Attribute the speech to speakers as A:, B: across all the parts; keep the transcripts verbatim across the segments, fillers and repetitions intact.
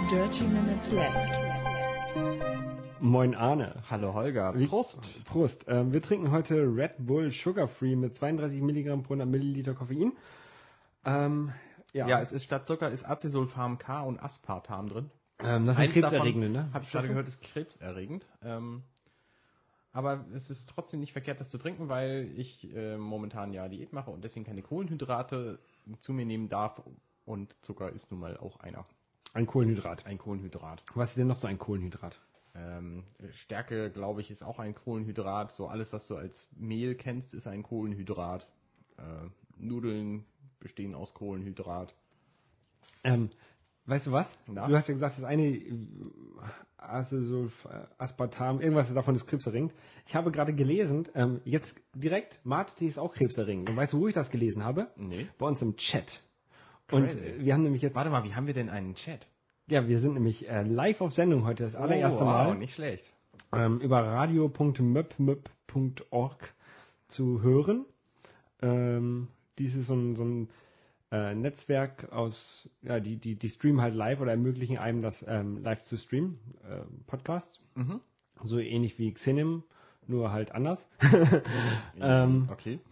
A: thirty minutes left.
B: Moin Arne.
C: Hallo Holger.
B: Prost. Prost. Ähm, wir trinken heute Red Bull Sugar Free mit zweiunddreißig Milligramm pro hundert Milliliter Koffein. Ähm, ja.
C: ja, es ist statt Zucker ist Acesulfam K und Aspartam drin.
B: Ähm, das sind krebserregende, ne?
C: Habe ich gerade gehört, ist krebserregend. Ähm, aber es ist trotzdem nicht verkehrt, das zu trinken, weil ich äh, momentan ja Diät mache und deswegen keine Kohlenhydrate zu mir nehmen darf. Und Zucker ist nun mal auch einer.
B: Ein Kohlenhydrat.
C: Ein Kohlenhydrat.
B: Was ist denn noch so ein Kohlenhydrat?
C: Ähm, Stärke, glaube ich, ist auch ein Kohlenhydrat. So alles, was du als Mehl kennst, ist ein Kohlenhydrat. Äh, Nudeln bestehen aus Kohlenhydrat.
B: Ähm, weißt du was?
C: Na?
B: Du hast ja gesagt, das eine Acesulf, Aspartam, irgendwas davon ist krebserregend. Ich habe gerade gelesen, ähm, jetzt direkt, Mate ist auch krebserregend. Und weißt du, wo ich das gelesen habe?
C: Nee.
B: Bei uns im Chat. Und
C: Crazy.
B: wir haben nämlich jetzt...
C: Warte mal, wie haben wir denn einen Chat?
B: Ja, wir sind nämlich äh, live auf Sendung heute, das allererste
C: oh, wow,
B: Mal.
C: nicht schlecht.
B: Ähm, über radio punkt möp punkt org zu hören. Ähm, dies ist so ein, so ein äh, Netzwerk aus, ja, die, die, die streamen halt live oder ermöglichen einem das ähm, live zu streamen, äh, Podcast.
C: Mhm.
B: So ähnlich wie Xenim, nur halt anders. ähm,
C: okay.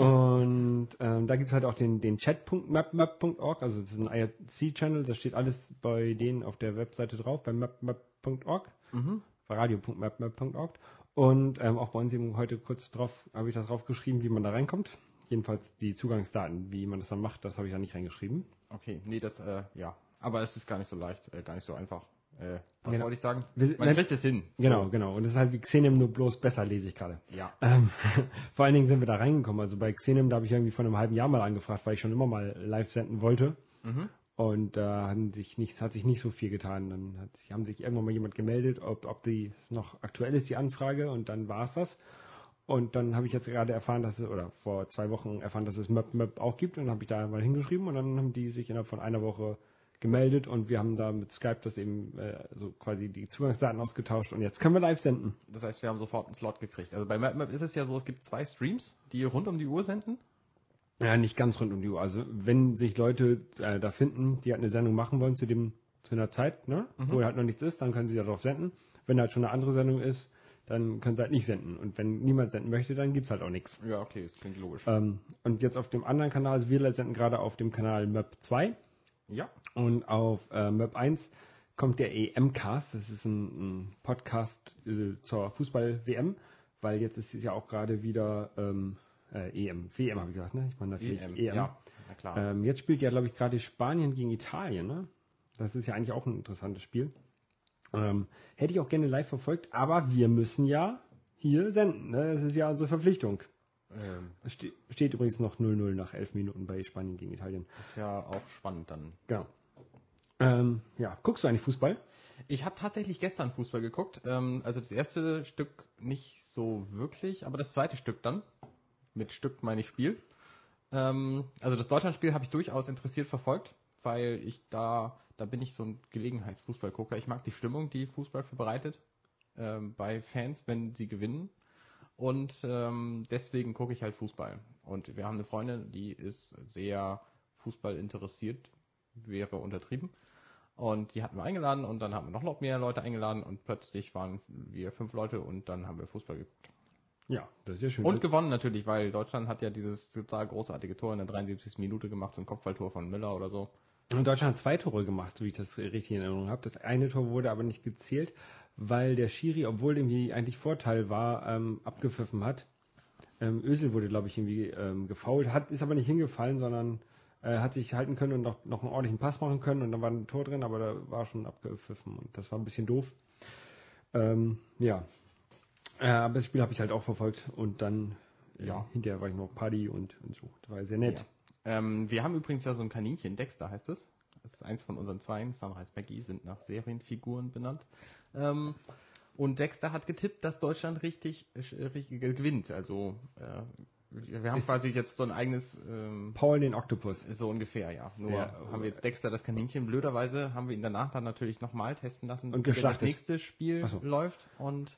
B: und ähm, da gibt's halt auch den, den chat punkt möp punkt org, also das ist ein I R C-Channel, das steht alles bei denen auf der Webseite drauf, bei möp punkt org,
C: Mhm.
B: bei radio punkt möp punkt org. Und ähm, auch bei uns eben heute kurz drauf, habe ich das draufgeschrieben, wie man da reinkommt. Jedenfalls die Zugangsdaten, wie man das dann macht, das habe ich da nicht reingeschrieben.
C: Okay, nee, das, äh, ja. Aber es ist gar nicht so leicht, äh, gar nicht so einfach. Äh, was
B: Genau.
C: wollte ich sagen?
B: Wir,
C: Man
B: nein,
C: kriegt es hin.
B: Genau,
C: So.
B: genau. Und es ist halt wie Xenim, nur bloß besser, lese ich gerade.
C: Ja.
B: Ähm, vor allen Dingen sind wir da reingekommen. Also bei Xenim, da habe ich irgendwie vor einem halben Jahr mal angefragt, weil ich schon immer mal live senden wollte.
C: Mhm.
B: Und da äh, hat sich nicht, hat sich nicht so viel getan. Dann hat sich, haben sich irgendwann mal jemand gemeldet, ob, ob die noch aktuell ist, die Anfrage. Und dann war es das. Und dann habe ich jetzt gerade erfahren, dass es, oder vor zwei Wochen erfahren, dass es Möp Möp auch gibt. Und dann habe ich da mal hingeschrieben und dann haben die sich innerhalb von einer Woche gemeldet und wir haben da mit Skype das eben äh, so quasi die Zugangsdaten ausgetauscht und jetzt können wir live senden.
C: Das heißt, wir haben sofort einen Slot gekriegt. Also bei MapMap ist es ja so, es gibt zwei Streams, die rund um die Uhr senden.
B: Ja, nicht ganz rund um die Uhr. Also wenn sich Leute äh, da finden, die halt eine Sendung machen wollen zu dem zu einer Zeit, ne,
C: Mhm.
B: wo halt noch nichts ist, dann können sie darauf senden. Wenn halt schon eine andere Sendung ist, dann können sie halt nicht senden. Und wenn niemand senden möchte, dann gibt's halt auch nichts.
C: Ja, okay, das klingt logisch.
B: Ähm, und jetzt auf dem anderen Kanal, also wir senden gerade auf dem Kanal Möp zwei.
C: Ja.
B: Und auf äh, Möp eins kommt der E M-Cast. Das ist ein, ein Podcast äh, zur Fußball-W M, weil jetzt ist es ja auch gerade wieder ähm, äh, E M. W M habe ich gesagt, ne? Ich meine natürlich E M.
C: E M. Ja, na klar.
B: Ähm, jetzt spielt ja, glaube ich, gerade Spanien gegen Italien, ne? Das ist ja eigentlich auch ein interessantes Spiel. Ähm, hätte ich auch gerne live verfolgt, aber wir müssen ja hier senden, ne? Das ist ja unsere Verpflichtung.
C: Ähm,
B: Es ste steht übrigens noch null null nach elf Minuten bei Spanien gegen Italien.
C: das ist ja auch spannend dann.
B: Genau. Ähm, ja, guckst du eigentlich Fußball?
C: Ich habe tatsächlich gestern Fußball geguckt. Ähm, also das erste Stück nicht so wirklich, aber das zweite Stück dann. Mit Stück meine ich Spiel. Ähm, also das Deutschlandspiel habe ich durchaus interessiert verfolgt, weil ich da, da bin ich so ein Gelegenheitsfußballgucker. Ich mag die Stimmung, die Fußball verbreitet ähm, bei Fans, wenn sie gewinnen. Und ähm, deswegen gucke ich halt Fußball. Und wir haben eine Freundin, die ist sehr Fußball interessiert, wäre untertrieben. Und die hatten wir eingeladen und dann haben wir noch mehr Leute eingeladen und plötzlich waren wir fünf Leute und dann haben wir Fußball geguckt.
B: Ja, das ist ja schön.
C: Und gewonnen natürlich, weil Deutschland hat ja dieses total großartige Tor in der dreiundsiebzigsten Minute gemacht, so ein Kopfballtor von Müller oder so.
B: Und Deutschland hat zwei Tore gemacht, so wie ich das richtig in Erinnerung habe. Das eine Tor wurde aber nicht gezählt, weil der Schiri, obwohl irgendwie eigentlich Vorteil war, ähm, abgepfiffen hat. Ähm, Özil wurde, glaube ich, irgendwie ähm, gefoult, hat, ist aber nicht hingefallen, sondern äh, hat sich halten können und noch, noch einen ordentlichen Pass machen können und dann war ein Tor drin, aber da war schon abgepfiffen und das war ein bisschen doof. Ähm, ja. Äh, aber das Spiel habe ich halt auch verfolgt und dann äh,
C: Ja.
B: hinterher war ich noch Party und, und so. Das war sehr nett.
C: Ja. Ähm, wir haben übrigens ja so ein Kaninchen, Dexter heißt es. Das ist eins von unseren Zweien, Sunrise Maggie, sind nach Serienfiguren benannt. Ähm, und Dexter hat getippt, dass Deutschland richtig, äh, richtig gewinnt. Also äh, wir haben
B: Ist
C: quasi jetzt so ein eigenes... Ähm,
B: Paul den Oktopus.
C: So ungefähr, ja. Nur
B: Der,
C: haben wir jetzt Dexter, das Kaninchen. Blöderweise haben wir ihn danach dann natürlich nochmal testen lassen,
B: Und
C: wie
B: geschlachtet.
C: das nächste Spiel
B: Ach so.
C: läuft. Und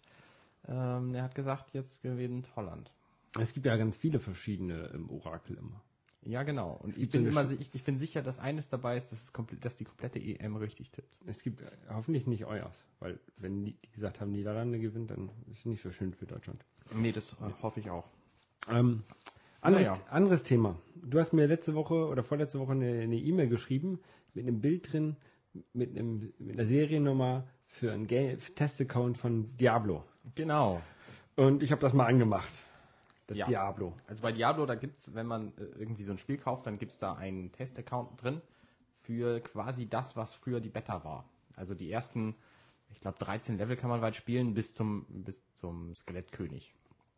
C: ähm, er hat gesagt, jetzt gewinnt Holland.
B: Es gibt ja ganz viele verschiedene im Orakel immer.
C: Ja, genau. Und
B: Es
C: ich
B: gibt
C: bin
B: so eine
C: immer,
B: Sch-
C: si- ich, ich bin sicher, dass eines dabei ist, dass, es komple- dass die komplette E M richtig tippt.
B: Es gibt äh, hoffentlich nicht euers, weil wenn die, die gesagt haben, Niederlande gewinnt, dann ist es nicht so schön für Deutschland.
C: Nee, das äh, hoffe ich auch.
B: Ähm, anderes,
C: Naja.
B: anderes Thema. Du hast mir letzte Woche oder vorletzte Woche eine eine E-Mail geschrieben mit einem Bild drin, mit, einem, mit einer Seriennummer für einen Ga- Testaccount von Diablo.
C: Genau.
B: Und ich habe das mal angemacht. Das
C: Ja.
B: Diablo.
C: Also bei Diablo, da gibt's, wenn man äh, irgendwie so ein Spiel kauft, dann gibt's da einen Test-Account drin für quasi das, was früher die Beta war. Also die ersten, ich glaube dreizehn Level kann man weit spielen bis zum bis zum Skelettkönig.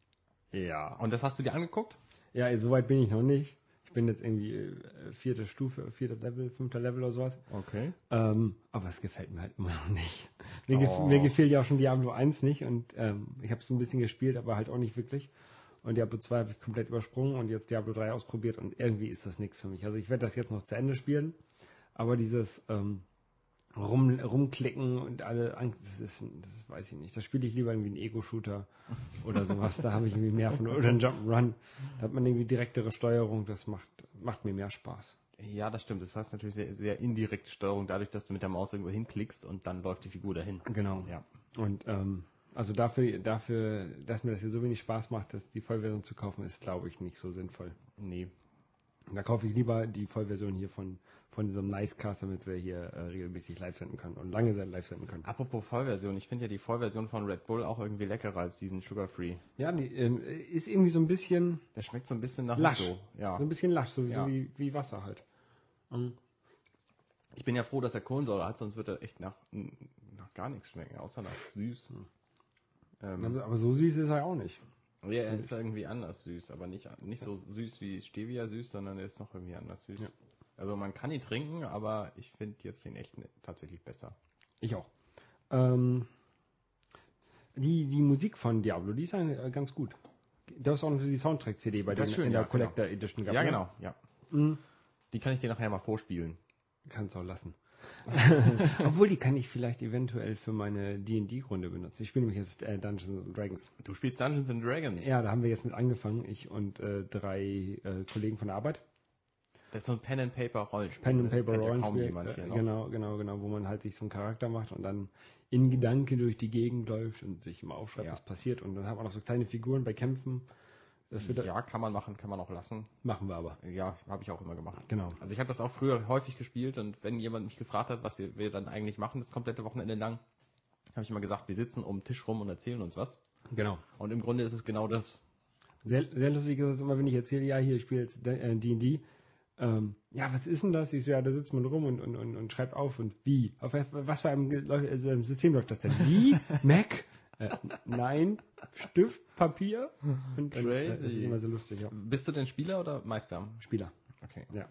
B: Ja.
C: Und das hast du dir angeguckt?
B: Ja, so weit bin ich noch nicht. Ich bin jetzt irgendwie äh, vierte Stufe, vierter Level, fünfter Level oder sowas.
C: Okay.
B: Ähm, aber es gefällt mir halt immer noch nicht. Mir,
C: Oh.
B: gef mir gefiel ja auch schon Diablo eins nicht und ähm, ich habe es ein bisschen gespielt, aber halt auch nicht wirklich. Und Diablo zwei habe ich komplett übersprungen und jetzt Diablo drei ausprobiert und irgendwie ist das nichts für mich. Also ich werde das jetzt noch zu Ende spielen, aber dieses ähm, Rum, Rumklicken und alle Angst, das ist, das weiß ich nicht. Das spiele ich lieber irgendwie einen Ego-Shooter oder sowas. Da habe ich irgendwie mehr von, oder einen Jump'n'Run. Da hat man irgendwie direktere Steuerung, das macht, macht mir mehr Spaß.
C: Ja, das stimmt. Das heißt natürlich sehr, sehr indirekte Steuerung, dadurch, dass du mit der Maus irgendwo hinklickst und dann läuft die Figur dahin.
B: Genau.
C: Ja.
B: Und ähm, also dafür, dafür, dass mir das hier so wenig Spaß macht, dass die Vollversion zu kaufen, ist, glaube ich, nicht so sinnvoll.
C: Nee.
B: Da kaufe ich lieber die Vollversion hier von, von diesem Nicecast, damit wir hier äh, regelmäßig live senden können und lange live senden können.
C: Apropos Vollversion, ich finde ja die Vollversion von Red Bull auch irgendwie leckerer als diesen Sugar Free.
B: Ja, die ähm, ist irgendwie so ein bisschen
C: Der schmeckt so ein bisschen nach
B: lasch.
C: so. Ja.
B: So ein bisschen lasch, so,
C: Ja.
B: so wie, wie Wasser halt. Mhm.
C: Ich bin ja froh, dass er Kohlensäure hat, sonst wird er echt nach, nach gar nichts schmecken, außer nach süß. Ähm,
B: Aber so süß ist er auch nicht.
C: ja, er ist irgendwie anders süß, aber nicht, nicht so süß wie Stevia süß, sondern er ist noch irgendwie anders süß.
B: Ja.
C: Also man kann ihn trinken, aber ich finde jetzt den echt tatsächlich besser.
B: Ich auch. Ähm, die, die Musik von Diablo, die ist äh, ganz gut. Du hast auch noch die Soundtrack-C D bei
C: Das
B: dir
C: ist schön,
B: in der
C: ja,
B: Collector Edition gehabt.
C: Ja,
B: ne?
C: genau, ja.
B: Mhm.
C: Die kann ich dir nachher mal vorspielen.
B: Kannst auch lassen. Obwohl, die kann ich vielleicht eventuell für meine D und D-Runde benutzen. Ich spiele nämlich jetzt äh, Dungeons and Dragons.
C: Du spielst Dungeons and Dragons.
B: Ja, da haben wir jetzt mit angefangen, ich und äh, drei äh, Kollegen von der Arbeit.
C: Das ist so ein Pen and Paper Rollenspiel.
B: Pen and
C: Das
B: Paper
C: kennt ja kaum
B: Rollenspiel.
C: jemand hier
B: Äh,
C: noch.
B: genau, genau, genau, wo man halt sich so einen Charakter macht und dann in Gedanken durch die Gegend läuft und sich immer aufschreibt,
C: Ja.
B: was passiert. Und dann hat man noch so kleine Figuren bei Kämpfen. Das wird
C: Ja, kann man machen, kann man auch lassen.
B: machen wir aber.
C: Ja, habe ich auch immer gemacht.
B: Genau.
C: Also ich habe das auch früher häufig gespielt und wenn jemand mich gefragt hat, was wir dann eigentlich machen, das komplette Wochenende lang, habe ich immer gesagt, wir sitzen um den Tisch rum und erzählen uns was.
B: Genau.
C: Und im Grunde ist es genau das.
B: Sehr, sehr lustig ist es immer, wenn ich erzähle, ja, hier, ich spiele jetzt D und D. Ähm, ja, was ist denn das? Ich so, ja, da sitzt man rum und, und, und, und schreibt auf. Und wie? Auf was für einem Ge- läuft- also einem System läuft das denn? Wie? Mac? Äh, nein. Stift? Papier? Und dann, äh,
C: Crazy.
B: das ist immer so lustig, ja.
C: Bist du denn Spieler oder Meister?
B: Spieler.
C: Okay.
B: Ja.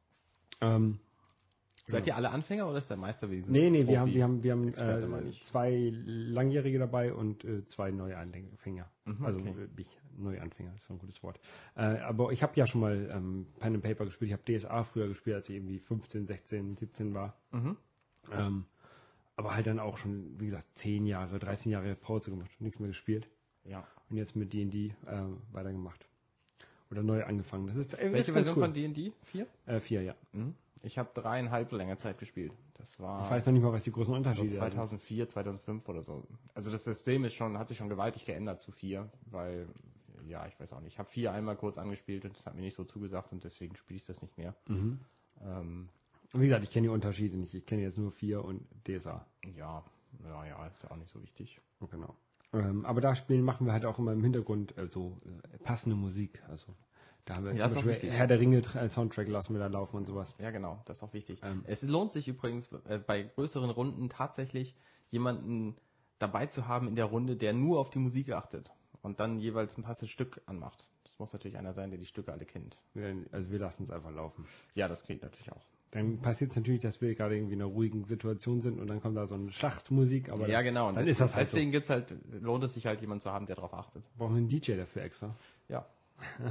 B: Ähm,
C: Seid ihr alle Anfänger oder ist der Meister wenigstens?
B: nee, nee, wir
C: Profi?
B: haben, wir haben, wir haben
C: Experte, meine
B: äh,
C: ich.
B: zwei Langjährige dabei und äh, zwei Neuanfänger.
C: Mhm,
B: also
C: okay.
B: äh, ich, Neuanfänger, ist so ein gutes Wort. Äh, aber ich habe ja schon mal ähm, Pen and Paper gespielt. Ich habe D S A früher gespielt, als ich irgendwie fünfzehn, sechzehn, siebzehn war.
C: Mhm.
B: Ähm, aber halt dann auch schon, wie gesagt, zehn Jahre, dreizehn Jahre Pause gemacht, nichts mehr gespielt.
C: Ja.
B: Und jetzt mit D und D äh, weitergemacht. Oder neu angefangen. Das ist, äh,
C: Welche
B: ist ganz
C: Version
B: cool.
C: von D und D? Vier?
B: Äh, vier, ja.
C: Mhm. Ich habe dreieinhalb länger Zeit gespielt. Das war
B: Ich weiß noch nicht mal, was die großen
C: so
B: Unterschiede sind.
C: zweitausendvier, zweitausendfünf oder so. Also das System ist schon, hat sich schon gewaltig geändert zu vier, weil, ja, ich weiß auch nicht. Ich habe vier einmal kurz angespielt und das hat mir nicht so zugesagt und deswegen spiele ich das nicht mehr.
B: Mhm.
C: Ähm,
B: Wie gesagt, ich kenne die Unterschiede nicht. Ich kenne jetzt nur vier und D S A.
C: ja, ja, ja, ist ja auch nicht so wichtig.
B: Genau. Ähm, aber da spielen machen wir halt auch immer im Hintergrund äh, so äh, passende Musik. Also da haben wir
C: Ja, ist
B: zum
C: auch
B: Beispiel
C: wichtig.
B: Herr der Ringe äh, Soundtrack lassen wir da laufen und sowas.
C: Ja, genau, das ist auch wichtig.
B: Ähm.
C: Es lohnt sich übrigens äh, bei größeren Runden tatsächlich jemanden dabei zu haben in der Runde, der nur auf die Musik achtet und dann jeweils ein passendes Stück anmacht. Das muss natürlich einer sein, der die Stücke alle kennt.
B: Wir, also wir lassen es einfach laufen.
C: Ja, das geht natürlich auch.
B: Dann passiert es natürlich, dass wir gerade irgendwie in einer ruhigen Situation sind und dann kommt da so eine Schlachtmusik, aber
C: ja, genau. Und
B: dann
C: deswegen,
B: ist das halt
C: deswegen gibt's halt, lohnt es sich halt, jemanden zu haben, der darauf achtet.
B: so. Brauchen wir einen D J dafür extra.
C: Ja.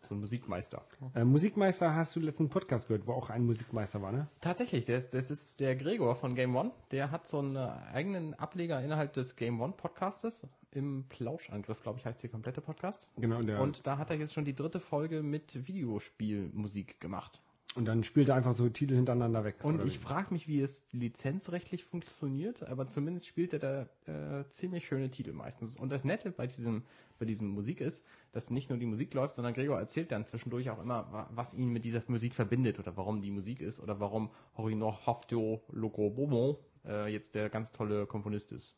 C: so ein Musikmeister.
B: Äh, Musikmeister hast du letzten Podcast gehört, wo auch ein Musikmeister war, ne?
C: Tatsächlich, das, das ist der Gregor von Game One. Der hat so einen eigenen Ableger innerhalb des Game One Podcastes. Im Plauschangriff, glaube ich, heißt der komplette Podcast.
B: Genau, der,
C: Und da hat er jetzt schon die dritte Folge mit Videospielmusik gemacht.
B: und dann spielt er einfach so Titel hintereinander weg.
C: Und
B: oder
C: ich
B: wie?
C: frage mich, wie es lizenzrechtlich funktioniert, aber zumindest spielt er da äh, ziemlich schöne Titel meistens. Und das Nette bei diesem, bei diesem Musik ist, dass nicht nur die Musik läuft, sondern Gregor erzählt dann zwischendurch auch immer, wa- was ihn mit dieser Musik verbindet oder warum die Musik ist oder warum Horinor Haftio Loco Bobo äh, jetzt der ganz tolle Komponist ist.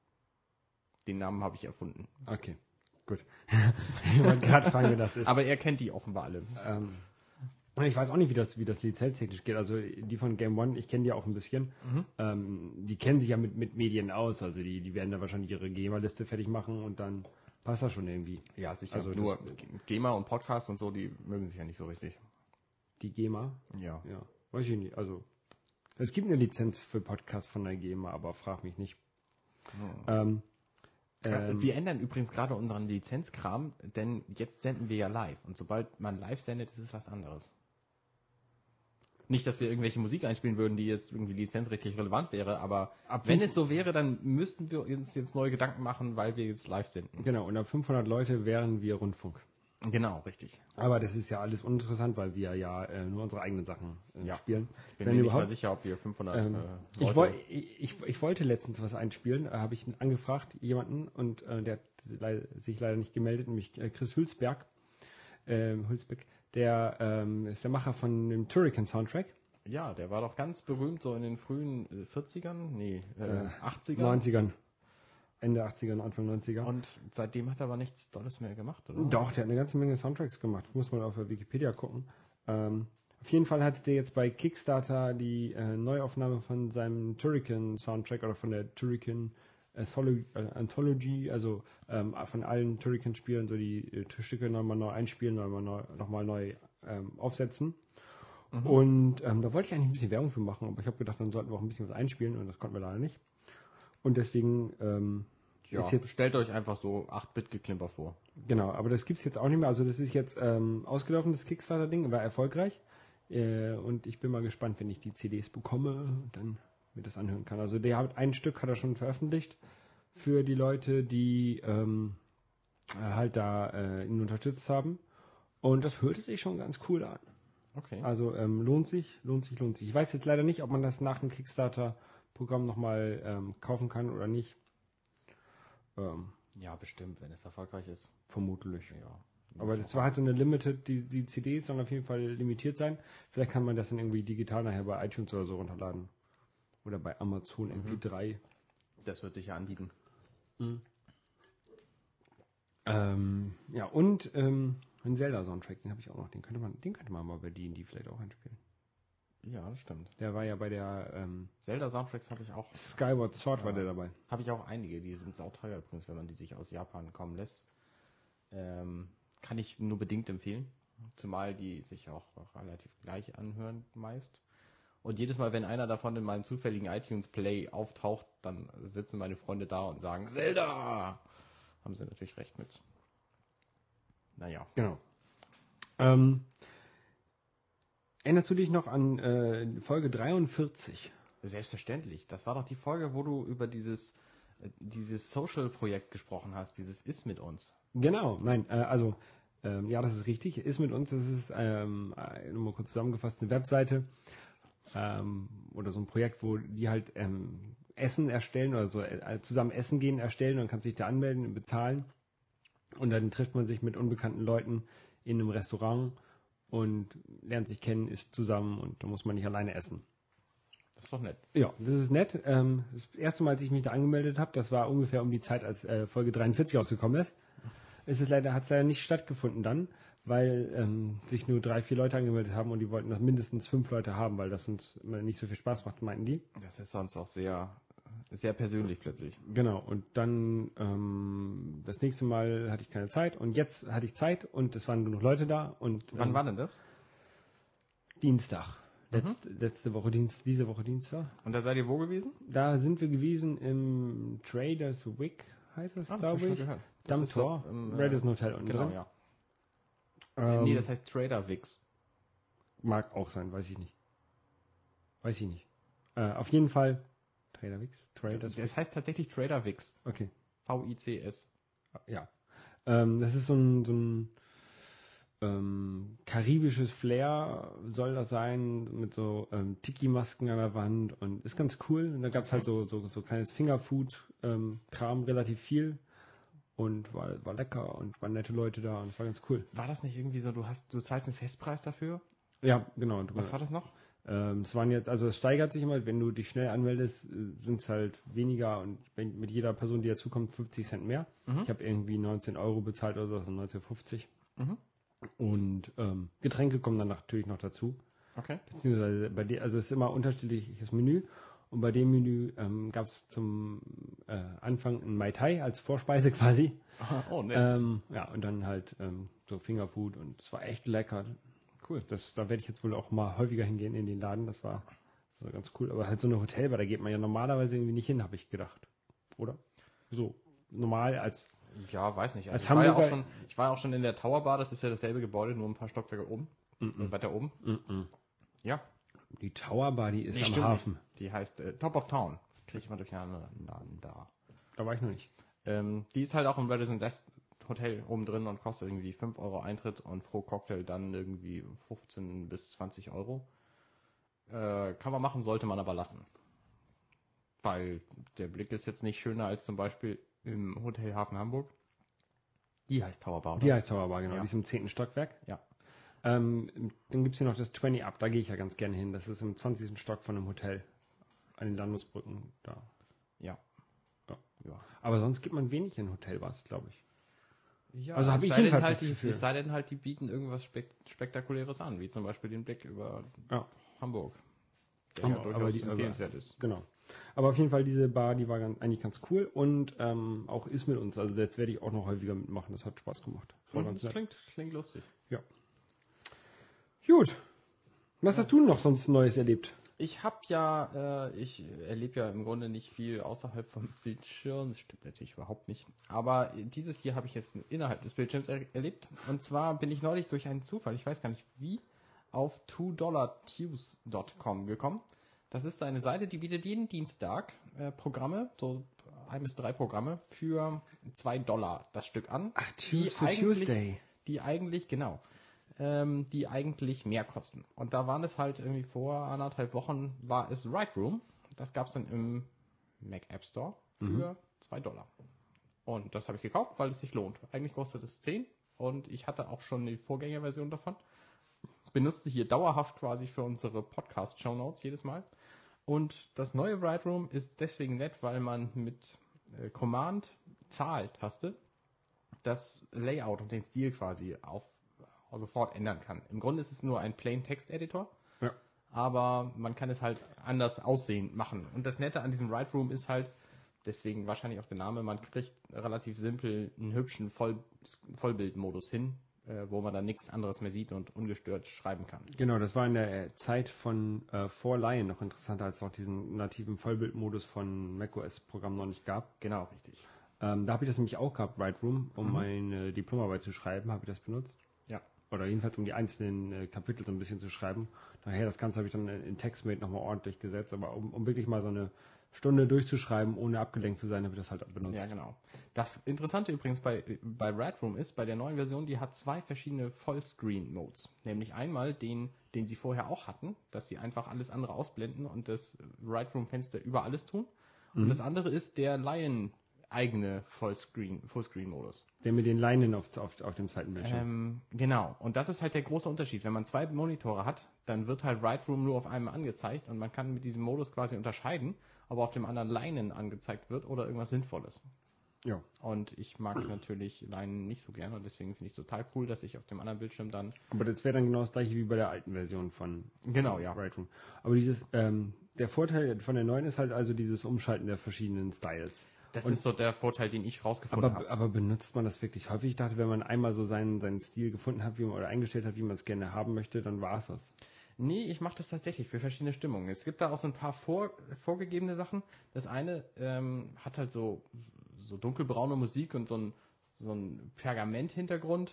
C: Den Namen habe ich erfunden.
B: Okay, gut. Ich wollte gerade fragen, wer das ist.
C: Aber er kennt die offenbar alle.
B: Ähm, ich weiß auch nicht, wie das, wie das lizenztechnisch geht. Also die von Game One, ich kenne die auch ein bisschen.
C: Mhm.
B: Ähm, die kennen sich ja mit, mit Medien aus. Also die, die werden da wahrscheinlich ihre GEMA-Liste fertig machen und dann passt das schon irgendwie.
C: Ja, sicher.
B: Also
C: Nur
B: das-
C: GEMA und Podcast und so, die mögen sich ja nicht so richtig.
B: Die GEMA?
C: Ja.
B: Ja, weiß ich nicht. Also es gibt eine Lizenz für Podcasts von der GEMA, aber frag mich nicht. Ähm, ähm,
C: Wir ändern übrigens gerade unseren Lizenzkram, denn jetzt senden wir ja live. Und sobald man live sendet, ist es was anderes. Nicht, dass wir irgendwelche Musik einspielen würden, die jetzt irgendwie lizenzrechtlich relevant wäre, aber
B: Ab
C: wenn
B: fünf-
C: es so wäre, dann müssten wir uns jetzt neue Gedanken machen, weil wir jetzt live senden.
B: genau, und ab fünfhundert Leute wären wir Rundfunk.
C: Genau, richtig.
B: Aber das ist ja alles uninteressant, weil wir ja äh, nur unsere eigenen Sachen äh,
C: Ja.
B: spielen.
C: Ich bin
B: Wenn
C: mir nicht
B: überhaupt-
C: mal sicher, ob wir fünfhundert
B: Ähm,
C: äh,
B: ich,
C: Leute...
B: woll, ich, ich, ich wollte letztens was einspielen, äh, habe ich angefragt, jemanden, und äh, der hat le sich leider nicht gemeldet, nämlich äh, Chris Hülsberg, ähm, Hülsbeck, der ähm, ist der Macher von dem Turrican-Soundtrack.
C: Ja, der war doch ganz berühmt so in den frühen äh, vierzigern, nee, äh,
B: Äh,
C: achtzigern.
B: neunzigern. Ende achtziger, Anfang neunziger.
C: Und seitdem hat er aber nichts Tolles mehr gemacht, oder?
B: Doch, der hat eine ganze Menge Soundtracks gemacht. Muss man auf der Wikipedia gucken. Ähm, auf jeden Fall hat der jetzt bei Kickstarter die äh, Neuaufnahme von seinem Turrican-Soundtrack oder von der Turrican Antholo- äh, Anthology, also ähm, von allen Turrican-Spielen, so die äh, Stücke nochmal neu einspielen, nochmal neu, noch mal neu ähm, aufsetzen.
C: Mhm.
B: Und ähm, da wollte ich eigentlich ein bisschen Werbung für machen, aber ich habe gedacht, dann sollten wir auch ein bisschen was einspielen und das konnten wir leider nicht. Und deswegen ähm,
C: Ja,
B: ist jetzt
C: stellt euch einfach so acht Bit Geklimper vor.
B: Genau, aber das gibt's jetzt auch nicht mehr. Also das ist jetzt ähm, ausgelaufen, das Kickstarter-Ding, war erfolgreich. Äh, und ich bin mal gespannt, wenn ich die C Ds bekomme, dann mir das anhören kann. Also der hat ein Stück hat er schon veröffentlicht für die Leute, die ähm, äh, halt da äh, ihn unterstützt haben. Und das hört sich schon ganz cool an.
C: Okay.
B: Also ähm, lohnt sich, lohnt sich, lohnt sich. Ich weiß jetzt leider nicht, ob man das nach dem Kickstarter-Programm nochmal ähm, kaufen kann oder nicht. Ähm,
C: Ja, bestimmt, wenn es erfolgreich ist.
B: vermutlich.
C: Ja.
B: Aber das war halt so eine Limited, die, die C Ds sollen auf jeden Fall limitiert sein. Vielleicht kann man das dann irgendwie digital nachher bei iTunes oder so runterladen. Oder bei Amazon M P drei.
C: Das wird sich ja anbieten.
B: Ähm, ja, und ähm, ein Zelda-Soundtrack, den habe ich auch noch. Den könnte man, den könnte man mal bei D und D vielleicht auch einspielen.
C: Ja, das stimmt.
B: Der war ja bei der ähm,
C: Zelda-Soundtracks habe ich auch.
B: Skyward Sword war
C: Ja.
B: der dabei.
C: Habe ich auch einige, die sind sauteuer übrigens, wenn man die sich aus Japan kommen lässt. Ähm, kann ich nur bedingt empfehlen. Zumal die sich auch relativ gleich anhören meist. Und jedes Mal, wenn einer davon in meinem zufälligen iTunes Play auftaucht, dann sitzen meine Freunde da und sagen, Zelda! Haben sie natürlich recht mit. Naja.
B: Genau. Ähm, erinnerst du dich noch an äh, Folge dreiundvierzig?
C: Selbstverständlich. Das war doch die Folge, wo du über dieses, äh, dieses Social-Projekt gesprochen hast, dieses Ist mit uns.
B: Genau, nein, äh, also ähm, ja, das ist richtig. Ist mit uns, das ist ähm, äh, nur mal kurz zusammengefasst eine Webseite ähm, oder so ein Projekt, wo die halt ähm, Essen erstellen oder so äh, zusammen Essen gehen erstellen und dann kannst du dich da anmelden und bezahlen und dann trifft man sich mit unbekannten Leuten in einem Restaurant und lernt sich kennen, isst zusammen und da muss man nicht alleine essen.
C: Das ist doch nett.
B: Ja, das ist nett. Ähm, das erste Mal, als ich mich da angemeldet habe, das war ungefähr um die Zeit, als äh, Folge dreiundvierzig rausgekommen ist. Es ist leider, hat es leider nicht stattgefunden dann, weil ähm, sich nur drei, vier Leute angemeldet haben und die wollten noch mindestens fünf Leute haben, weil das uns immer nicht so viel Spaß macht, meinten die.
C: Das ist sonst auch sehr, sehr persönlich plötzlich.
B: Genau, und dann ähm, das nächste Mal hatte ich keine Zeit und jetzt hatte ich Zeit und es waren nur noch Leute da und
C: Wann
B: ähm,
C: war denn das?
B: Dienstag. Letzte, letzte Woche Dienst, diese Woche Dienstag.
C: Und da seid ihr wo gewesen?
B: Da sind wir gewesen im Traders Wick, heißt das,
C: Ah, das hab
B: glaube
C: ich schon
B: ich.
C: gehört. Das
B: Am
C: ist
B: Tor,
C: doch im, äh,
B: Radisson Hotel unten
C: Genau,
B: drin.
C: ja.
B: Ähm,
C: nee, das heißt Trader Wix.
B: Mag auch sein, weiß ich nicht. Weiß ich nicht. Äh, auf jeden Fall Trader Wix? Traders
C: Das heißt tatsächlich Trader Wix.
B: Okay.
C: V I C S.
B: Ja. Ähm, das ist so ein, so ein ähm, karibisches Flair soll das sein, mit so ähm, Tiki-Masken an der Wand und ist ganz cool. Und da gab es halt so, so, so kleines Fingerfood-Kram, relativ viel und war, war lecker und waren nette Leute da und es war ganz cool.
C: War das nicht irgendwie so, du hast, du zahlst einen Festpreis dafür?
B: Ja, genau.
C: Was war das noch?
B: Ähm, es waren jetzt, also es steigert sich immer, wenn du dich schnell anmeldest, sind es halt weniger und wenn, mit jeder Person, die dazukommt, fünfzig Cent mehr.
C: Mhm.
B: Ich habe irgendwie neunzehn Euro bezahlt oder so, also neunzehn fünfzig.
C: Mhm.
B: Und ähm, Getränke kommen dann natürlich noch dazu.
C: Okay.
B: Beziehungsweise bei dir, also es ist immer unterschiedliches Menü. Und bei dem Menü ähm, gab es zum äh, Anfang ein Mai Tai als Vorspeise quasi.
C: Aha, oh, ne.
B: Ähm, ja, und dann halt ähm, so Fingerfood und es war echt lecker.
C: Cool.
B: Das, da werde ich jetzt wohl auch mal häufiger hingehen in den Laden. Das war, das war ganz cool. Aber halt so eine Hotelbar, da geht man ja normalerweise irgendwie nicht hin, habe ich gedacht. Oder? So normal als
C: Ja, weiß nicht. Also
B: Als
C: ich war ja auch
B: Hamburger-
C: schon, ich war auch schon in der Tower Bar, das ist ja dasselbe Gebäude, nur ein paar Stockwerke oben.
B: Mm-mm.
C: Äh, weiter oben.
B: Mm-mm.
C: Ja.
B: Die Tower Bar, die ist
C: Nee,
B: am
C: stimmt
B: Hafen.
C: nicht. Die heißt äh, Top of Town. Kriege ich mal durcheinander. Da.
B: Da war ich noch nicht.
C: Ähm, die ist halt auch im Radisson West Hotel oben drin und kostet irgendwie fünf Euro Eintritt und pro Cocktail dann irgendwie fünfzehn bis zwanzig Euro. Äh, kann man machen, sollte man aber lassen. Weil der Blick ist jetzt nicht schöner als zum Beispiel im Hotel Hafen Hamburg. Die heißt Tower Bar, oder?
B: Die heißt Tower Bar, genau.
C: Ja.
B: Die ist im zehnten Stockwerk.
C: Ja.
B: Ähm, dann gibt es hier noch das zwanzig Up, da gehe ich ja ganz gerne hin. Das ist im zwanzigsten Stock von einem Hotel. An den Landungsbrücken da.
C: Ja.
B: Ja.
C: Ja.
B: Aber sonst gibt man wenig in Hotelbars, glaube ich.
C: Ja,
B: Also habe
C: es
B: ich
C: sei denn
B: jedenfalls
C: halt,
B: das
C: die,
B: Gefühl.
C: es sei denn halt, die bieten irgendwas spek Spektakuläres an, wie zum Beispiel den Blick über
B: Ja.
C: Hamburg, der
B: Aber-
C: ja durchaus
B: aber die-
C: empfehlenswert ist.
B: Genau. Aber auf jeden Fall diese Bar, die war ganz, eigentlich ganz cool und ähm, auch ist mit uns. Also jetzt werde ich auch noch häufiger mitmachen. Das hat Spaß gemacht. Das war
C: Mhm,
B: ganz
C: das
B: nett.
C: klingt, klingt lustig.
B: Ja. Gut. Was hast du noch sonst Neues erlebt?
C: Ich habe ja, äh, ich erlebe ja im Grunde nicht viel außerhalb vom Bildschirm. Das stimmt natürlich überhaupt nicht. Aber dieses hier habe ich jetzt innerhalb des Bildschirms er erlebt. Und zwar bin ich neulich durch einen Zufall, ich weiß gar nicht wie, auf two dollar tues dot com gekommen. Das ist eine Seite, die bietet jeden Dienstag äh, Programme, so ein bis drei Programme für zwei Dollar das Stück an.
B: Ach,
C: die
B: Tues for
C: eigentlich-
B: Tuesday.
C: Die eigentlich, genau, ähm, die eigentlich mehr kosten. Und da waren es halt irgendwie vor anderthalb Wochen, war es Right Room. Das gab es dann im Mac App Store für zwei Dollar. Und das habe ich gekauft, weil es sich lohnt. Eigentlich kostet es zehn und ich hatte auch schon die Vorgängerversion davon. Benutze hier dauerhaft quasi für unsere Podcast-Show Notes jedes Mal. Und das neue Right Room ist deswegen nett, weil man mit äh, Command-Zahl-Taste das Layout und den Stil quasi auf sofort ändern kann. Im Grunde ist es nur ein Plain Text Editor,
B: Ja.
C: aber man kann es halt anders aussehen machen. Und das Nette an diesem Right Room ist halt, deswegen wahrscheinlich auch der Name, man kriegt relativ simpel einen hübschen Voll Vollbildmodus hin, äh, wo man dann nichts anderes mehr sieht und ungestört schreiben kann.
B: Genau, das war in der äh, Zeit von äh, vor Lion noch interessanter, als es noch diesen nativen Vollbildmodus von macOS-Programm noch nicht gab.
C: Genau, richtig.
B: Ähm, da habe ich das nämlich auch gehabt, Right Room, um
C: Mhm.
B: meine Diplomarbeit zu schreiben, habe ich das benutzt.
C: Ja.
B: Oder jedenfalls um die einzelnen äh, Kapitel so ein bisschen zu schreiben. Daher das Ganze habe ich dann in TextMate nochmal ordentlich gesetzt, aber um, um wirklich mal so eine Stunde durchzuschreiben, ohne abgelenkt zu sein, habe ich das halt benutzt.
C: Ja, genau. Das Interessante übrigens bei, bei Red Room ist, bei der neuen Version, die hat zwei verschiedene Vollscreen-Modes. Nämlich einmal den, den sie vorher auch hatten, dass sie einfach alles andere ausblenden und das Red Room-Fenster über alles tun. Und
B: Mhm.
C: das andere ist der Lion eigene Vollscreen, Fullscreen-Modus.
B: Der mit den Leinen auf, auf, auf dem Seitenbildschirm.
C: Ähm, genau. Und das ist halt der große Unterschied. Wenn man zwei Monitore hat, dann wird halt Right Room nur auf einem angezeigt und man kann mit diesem Modus quasi unterscheiden, ob auf dem anderen Leinen angezeigt wird oder irgendwas Sinnvolles.
B: Ja.
C: Und ich mag natürlich Leinen nicht so gerne und deswegen finde ich es total cool, dass ich auf dem anderen Bildschirm dann...
B: Aber das wäre dann genau das gleiche wie bei der alten Version von
C: Genau, ja.
B: Right Room. Aber dieses, ähm, der Vorteil von der neuen ist halt also dieses Umschalten der verschiedenen Styles.
C: Das
B: Und-
C: ist so der Vorteil, den ich rausgefunden
B: Aber,
C: habe.
B: aber benutzt man das wirklich häufig? Ich dachte, wenn man einmal so seinen, seinen Stil gefunden hat, wie man, oder eingestellt hat, wie man es gerne haben möchte, dann war es das.
C: Nee, ich mache das tatsächlich für verschiedene Stimmungen. Es gibt da auch so ein paar vor, vorgegebene Sachen. Das eine ähm, hat halt so, so dunkelbraune Musik und so ein, so ein Pergament-Hintergrund.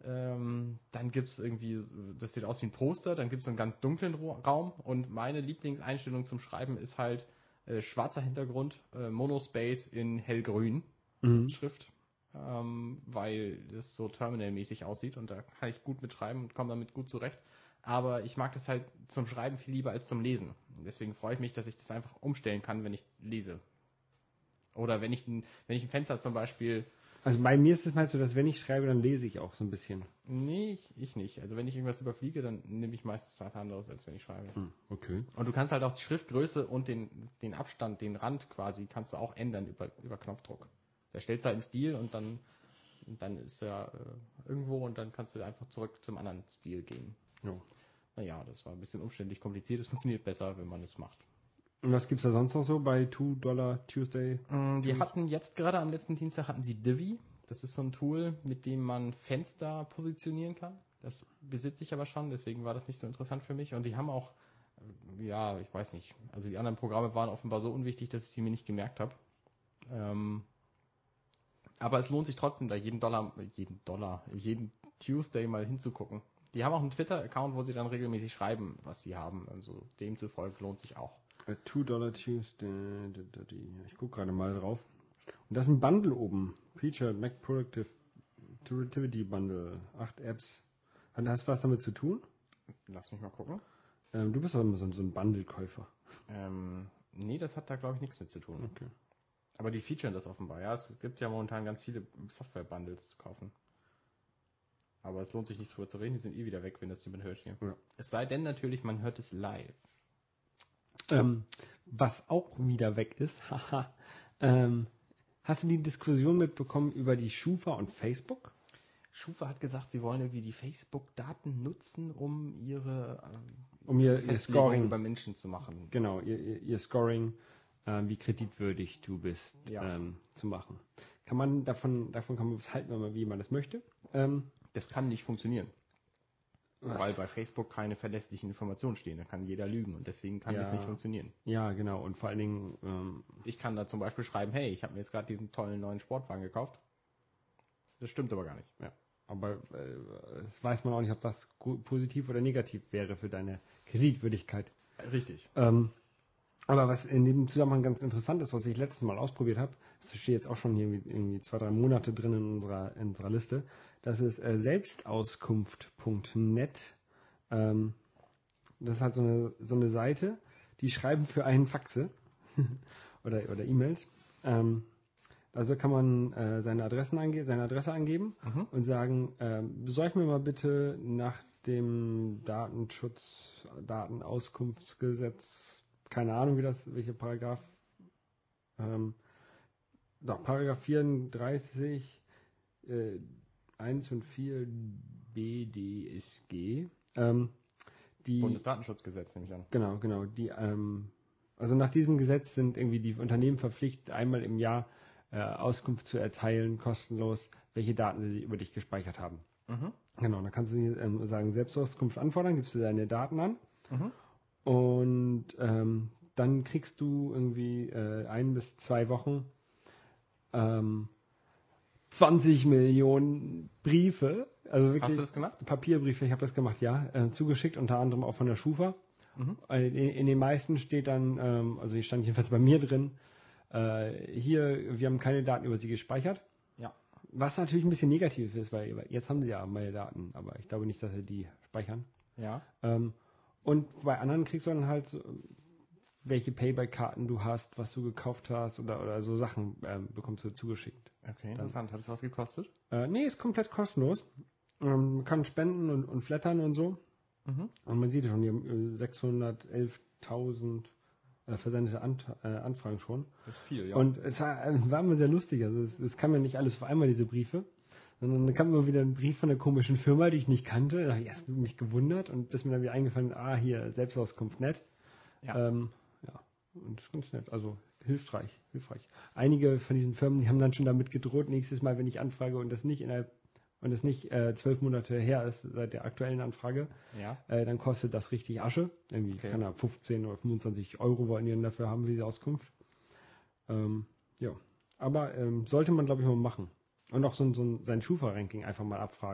C: Ähm, dann gibt's irgendwie, das sieht aus wie ein Poster, dann gibt's so einen ganz dunklen Ro- Raum und meine Lieblingseinstellung zum Schreiben ist halt äh, schwarzer Hintergrund, äh, Monospace in hellgrün
B: Mhm.
C: Schrift, ähm, weil das so Terminal-mäßig aussieht und da kann ich gut mitschreiben und komme damit gut zurecht. Aber ich mag das halt zum Schreiben viel lieber als zum Lesen. Und deswegen freue ich mich, dass ich das einfach umstellen kann, wenn ich lese. Oder wenn ich ein, wenn ich ein Fenster zum Beispiel.
B: Also bei mir ist es meist so, dass wenn ich schreibe, dann lese ich auch so ein bisschen.
C: Nee, ich, ich nicht. Also wenn ich irgendwas überfliege, dann nehme ich meistens was anderes, als wenn ich schreibe.
B: Hm, okay.
C: Und du kannst halt auch die Schriftgröße und den, den Abstand, den Rand quasi, kannst du auch ändern über, über Knopfdruck. Da stellst du halt einen Stil und dann, und dann ist er äh, irgendwo und dann kannst du einfach zurück zum anderen Stil gehen.
B: Ja.
C: Naja, das war ein bisschen umständlich kompliziert. Es funktioniert besser, wenn man es macht.
B: Und was gibt's da sonst noch so bei two Dollar Tuesday?
C: Mm, Die hatten jetzt gerade am letzten Dienstag hatten sie Divi. Das ist so ein Tool, mit dem man Fenster positionieren kann. Das besitze ich aber schon, deswegen war das nicht so interessant für mich. Und die haben auch, äh, ja, ich weiß nicht, also die anderen Programme waren offenbar so unwichtig, dass ich sie mir nicht gemerkt habe. Ähm, aber es lohnt sich trotzdem, da jeden Dollar, jeden Dollar, jeden Tuesday mal hinzugucken. Die haben auch einen Twitter-Account, wo sie dann regelmäßig schreiben, was sie haben. Also demzufolge lohnt sich auch.
B: two Dollar Tuesday. Ich gucke gerade mal drauf. Und das ist ein Bundle oben. Featured Mac Productive Productivity Bundle. Acht Apps. Hat das was damit zu tun?
C: Lass mich mal gucken.
B: Ähm, du bist doch immer so, so ein Bundle-Käufer.
C: Ähm, nee, das hat da glaube ich nichts mit zu tun.
B: Okay.
C: Aber die featuren das offenbar, ja. Es gibt ja momentan ganz viele Software-Bundles zu kaufen. Aber es lohnt sich nicht drüber zu reden, die sind eh wieder weg, wenn das jemand hört hier.
B: Ja.
C: Es sei denn natürlich, man hört es live.
B: Ähm, was auch wieder weg ist, haha. ähm, hast du die Diskussion mitbekommen über die Schufa und Facebook?
C: Schufa hat gesagt, sie wollen irgendwie die Facebook-Daten nutzen, um ihre, ähm,
B: Um ihr, ihr
C: Festlegungen
B: Scoring,
C: über Menschen zu machen.
B: genau, ihr, ihr, ihr Scoring, ähm, wie kreditwürdig du bist,
C: Ja.
B: ähm, zu machen. Kann man davon, davon kann man was halten, wenn man, wie man das möchte. Ähm,
C: Das kann nicht funktionieren.
B: was?
C: Weil bei Facebook keine verlässlichen Informationen stehen. Da kann jeder lügen und deswegen kann
B: Ja.
C: das nicht funktionieren.
B: Ja, genau. Und vor allen Dingen, ähm,
C: Ich kann da zum Beispiel schreiben, hey, ich habe mir jetzt gerade diesen tollen neuen Sportwagen gekauft. Das stimmt aber gar nicht.
B: ja. Aber äh, das weiß man auch nicht, ob das gu- positiv oder negativ wäre für deine Kreditwürdigkeit.
C: Richtig.
B: Ähm, aber was in dem Zusammenhang ganz interessant ist, was ich letztes Mal ausprobiert habe, das steht jetzt auch schon hier irgendwie zwei, drei Monate drin in unserer, in unserer Liste, das ist äh, selbstauskunft punkt net. Ähm, das ist halt so eine, so eine Seite, die schreiben für einen Faxe oder, oder E-Mails. Ähm, also kann man äh, seine, Adressen ange seine Adresse angeben
C: Mhm.
B: und sagen, ähm, besorg mir mal bitte nach dem Datenschutz, Datenauskunftsgesetz, keine Ahnung, wie das, welche Paragraph, ähm, doch, Paragraph vierunddreißig, äh, eins und vier B D S G, ähm, die,
C: Bundesdatenschutzgesetz nehme ich an.
B: genau, genau, die, ähm, also nach diesem Gesetz sind irgendwie die Unternehmen verpflichtet, einmal im Jahr äh, Auskunft zu erteilen, kostenlos, welche Daten sie über dich gespeichert haben.
C: Mhm.
B: Genau, dann kannst du ähm, sagen, Selbstauskunft anfordern, gibst du deine Daten an
C: Mhm.
B: und ähm, dann kriegst du irgendwie äh, ein bis zwei Wochen ähm, zwanzig Millionen Briefe, also wirklich
C: Hast du das gemacht?
B: Papierbriefe, ich habe das gemacht, ja, äh, zugeschickt, unter anderem auch von der Schufa.
C: Mhm.
B: In, in den meisten steht dann, ähm, also hier stand jedenfalls bei mir drin, äh, hier, wir haben keine Daten über sie gespeichert.
C: Ja.
B: Was natürlich ein bisschen negativ ist, weil jetzt haben sie ja meine Daten, aber ich glaube nicht, dass sie die speichern.
C: Ja.
B: Ähm, und bei anderen kriegst du dann halt so, welche Payback-Karten du hast, was du gekauft hast oder, oder so Sachen ähm, bekommst du zugeschickt.
C: Okay, interessant. Hat es was gekostet?
B: Äh, nee, ist komplett kostenlos. Ähm, man kann spenden und, und flattern und so.
C: Mhm.
B: Und man sieht ja schon, die haben äh, sechshundertelftausend äh, versendete Ant äh, Anfragen schon.
C: Das ist viel, ja.
B: Und es war, äh, war immer sehr lustig. Also es, es kam ja nicht alles auf einmal, diese Briefe. Sondern dann kam immer wieder ein Brief von einer komischen Firma, die ich nicht kannte. Da habe ich erst mich gewundert und bis mir dann wieder eingefallen, ah, hier, Selbstauskunft nett.
C: Ja.
B: Ähm, ja, und das ist ganz nett. Also hilfreich, hilfreich. Einige von diesen Firmen, die haben dann schon damit gedroht, nächstes Mal, wenn ich anfrage und das nicht innerhalb und das nicht äh, zwölf Monate her ist seit der aktuellen Anfrage,
C: Ja.
B: äh, dann kostet das richtig Asche. Irgendwie,
C: Okay.
B: keine Ahnung, fünfzehn oder fünfundzwanzig Euro wollen die dann dafür haben, diese Auskunft. Ähm, ja, aber ähm, sollte man, glaube ich, mal machen. Und auch so, ein- so ein, sein Schufa-Ranking einfach mal abfragen.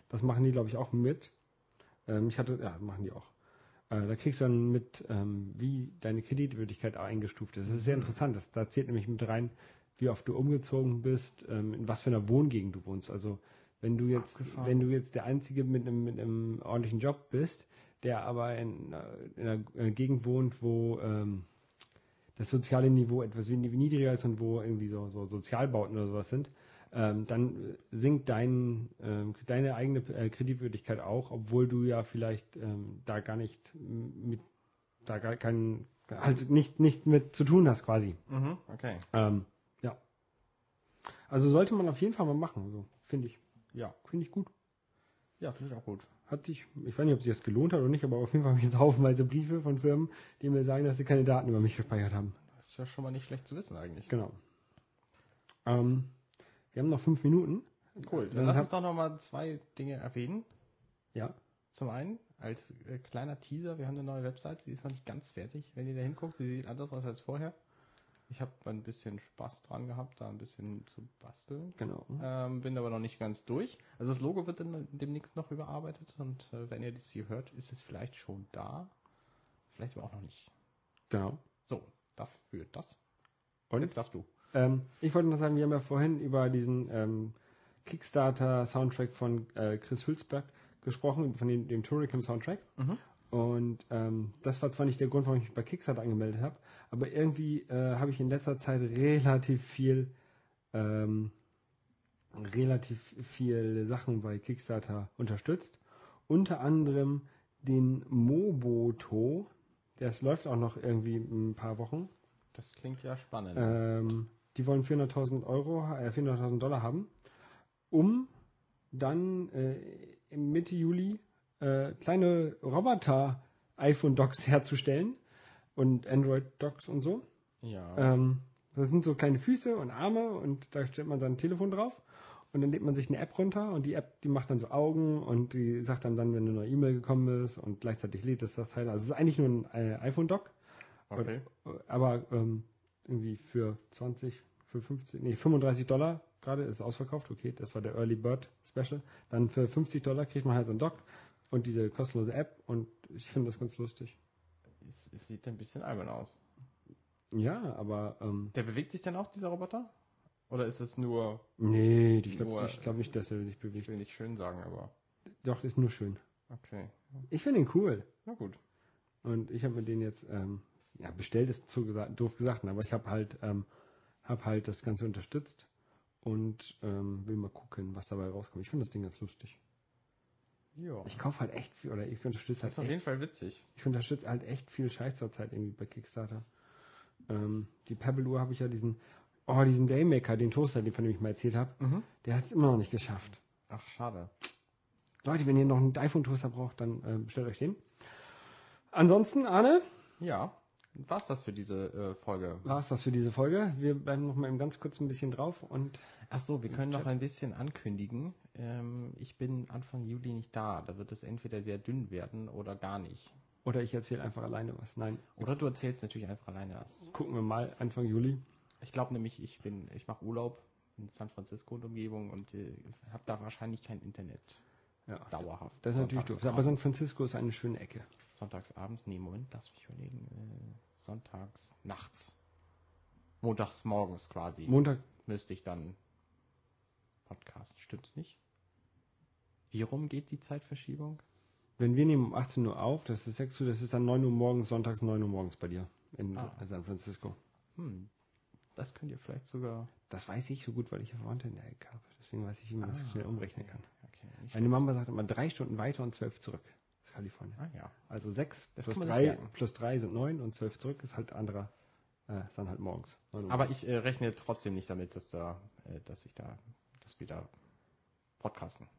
B: Das machen die, glaube ich, auch mit. Ähm, ich hatte, ja, machen die auch. Äh, da kriegst du dann mit, ähm, wie deine Kreditwürdigkeit eingestuft ist. Das ist sehr interessant. Das, da zählt nämlich mit rein, wie oft du umgezogen bist, ähm, in was für einer Wohngegend du wohnst. Also wenn du jetzt,
C: Abgefahren.
B: wenn du jetzt der Einzige mit einem, mit einem ordentlichen Job bist, der aber in, in einer äh, Gegend wohnt, wo ähm, das soziale Niveau etwas niedriger ist und wo irgendwie so, so Sozialbauten oder sowas sind, ähm, dann sinkt dein, ähm, deine eigene äh, Kreditwürdigkeit auch, obwohl du ja vielleicht ähm, da gar nicht mit, da gar keinen, halt nicht, nichts mit zu tun hast quasi.
C: Mhm, okay.
B: Ähm, ja. Also sollte man auf jeden Fall mal machen, so finde ich.
C: Ja,
B: Finde ich gut.
C: ja, finde ich auch gut.
B: Hat sich, ich weiß nicht, ob sich das gelohnt hat oder nicht, aber auf jeden Fall habe ich jetzt haufenweise Briefe von Firmen, die mir sagen, dass sie keine Daten über mich gespeichert haben.
C: Das ist ja schon mal nicht schlecht zu wissen eigentlich.
B: Genau. Ähm, wir haben noch fünf Minuten.
C: Cool, dann,
B: Dann
C: lass
B: hab-
C: uns doch noch mal zwei Dinge erwähnen.
B: Ja.
C: Zum einen, als äh, kleiner Teaser, wir haben eine neue Website, die ist noch nicht ganz fertig. Wenn ihr da hinguckt, sie sieht anders aus als vorher. Ich habe ein bisschen Spaß dran gehabt, da ein bisschen zu basteln.
B: Genau.
C: Ähm, bin aber noch nicht ganz durch. Also das Logo wird dann demnächst noch überarbeitet und äh, wenn ihr das hier hört, ist es vielleicht schon da. Vielleicht aber auch noch nicht.
B: Genau.
C: So, dafür das.
B: Und
C: Jetzt darfst du.
B: ähm, ich wollte noch sagen, wir haben ja vorhin über diesen ähm, Kickstarter-Soundtrack von äh, Chris Hülsberg gesprochen, von dem, dem Turrican-Soundtrack.
C: Mhm.
B: Und ähm, das war zwar nicht der Grund, warum ich mich bei Kickstarter angemeldet habe, aber irgendwie äh, habe ich in letzter Zeit relativ viel ähm, relativ viele Sachen bei Kickstarter unterstützt. Unter anderem den Moboto. Das läuft auch noch irgendwie ein paar Wochen.
C: Das klingt ja spannend.
B: Ähm, die wollen vierhunderttausend Euro, äh, vierhunderttausend Dollar haben, um dann äh, im Mitte Juli äh, kleine Roboter-iPhone-Docks herzustellen und Android-Docks und so.
C: Ja.
B: Ähm, das sind so kleine Füße und Arme und da stellt man sein Telefon drauf und dann lädt man sich eine App runter und die App, die macht dann so Augen und die sagt dann dann, wenn eine neue E-Mail gekommen ist und gleichzeitig lädt es das halt. Also es ist eigentlich nur ein äh, iPhone-Dock,
C: Okay.
B: aber ähm, irgendwie für zwanzig, für fünfzig, nee, fünfunddreißig Dollar gerade ist es ausverkauft. Okay, das war der Early Bird Special. Dann für fünfzig Dollar kriegt man halt so ein Dock und diese kostenlose App und ich finde das ganz lustig.
C: Es, es sieht ein bisschen albern aus.
B: Ja, aber ähm,
C: Der bewegt sich dann auch, dieser Roboter? Oder ist es nur,
B: nee, ich glaube
C: Nur-
B: ich glaub nicht, dass er sich
C: ich
B: bewegt.
C: will nicht schön sagen, aber
B: Doch, das ist nur schön.
C: okay.
B: Ich finde ihn cool.
C: Na gut.
B: Und ich habe mir den jetzt, ähm, ja, bestellt ist zu gesagt, doof gesagt, ne, aber ich habe halt, ähm, habe halt das Ganze unterstützt und ähm, will mal gucken, was dabei rauskommt. Ich finde das Ding ganz lustig.
C: Ja.
B: Ich kaufe halt echt viel, oder ich unterstütze
C: Das ist
B: halt
C: auf jeden
B: echt,
C: Fall witzig.
B: ich unterstütze halt echt viel Scheiß zurzeit irgendwie bei Kickstarter. Ähm, die Pebble-Uhr habe ich ja diesen, oh, diesen Daymaker, den Toaster, den von dem ich mal erzählt habe,
C: Mhm.
B: der hat es immer noch nicht geschafft.
C: Ach, schade.
B: Leute, wenn ihr noch einen iPhone-Toaster braucht, dann äh, bestellt euch den. Ansonsten, Arne,
C: Ja. War's das für diese äh, Folge?
B: war es das für diese Folge. Wir bleiben noch mal eben ganz kurz ein bisschen drauf und
C: Ach so, wir
B: Im
C: können noch
B: Chat.
C: ein bisschen ankündigen. Ähm, ich bin Anfang Juli nicht da. Da wird es entweder sehr dünn werden oder gar nicht.
B: oder ich erzähle einfach alleine was. Nein,
C: Oder du erzählst natürlich einfach alleine was.
B: gucken wir mal Anfang Juli.
C: Ich glaube nämlich, ich bin, ich mache Urlaub in San Francisco und Umgebung und äh, habe da wahrscheinlich kein Internet.
B: Ja,
C: Dauerhaft.
B: das ist natürlich doof. Aber San Francisco ist eine schöne Ecke.
C: Sonntags abends, nee, Moment, lass mich überlegen. Äh, sonntags nachts. Montags morgens quasi.
B: Montag,
C: Müsste ich dann Podcast. Stimmt's nicht? Wie rum geht die Zeitverschiebung?
B: wenn wir nehmen um achtzehn Uhr auf, das ist sechs Uhr, das ist dann neun Uhr morgens, sonntags neun Uhr morgens bei dir in
C: Ah.
B: San Francisco.
C: Hm, das könnt ihr vielleicht sogar.
B: Das weiß ich so gut, weil ich ja Verwandte in der Ecke habe. Deswegen weiß ich, wie man das
C: Ah,
B: schnell umrechnen kann.
C: Okay, nicht
B: Meine Mama sagt immer drei Stunden weiter und zwölf zurück. Das ist Kalifornien.
C: Ah ja.
B: Also sechs
C: Das
B: plus
C: kann man sich
B: drei
C: merken.
B: plus drei sind neun und zwölf zurück ist halt anderer. Äh, ist dann halt morgens. neun Uhr
C: Aber
B: morgens.
C: ich äh, rechne trotzdem nicht damit, dass da, äh, dass ich da, dass wir da podcasten.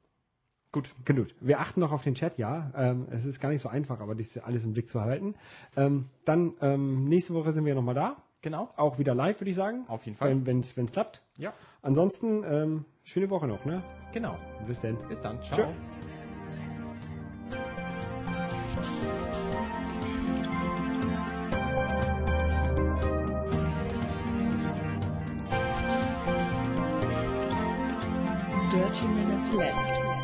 B: Gut, genug. Wir achten noch auf den Chat, ja. Ähm, es ist gar nicht so einfach, aber das ist alles im Blick zu halten. Ähm, dann ähm, nächste Woche sind wir nochmal da.
C: Genau.
B: Auch wieder live, würde ich sagen.
C: Auf jeden Fall.
B: Wenn es klappt.
C: Ja.
B: Ansonsten, ähm, schöne Woche noch, ne?
C: Genau.
B: Bis dann.
C: Bis dann.
B: Tschö.
C: Ciao.
A: Dirty Minutes Left.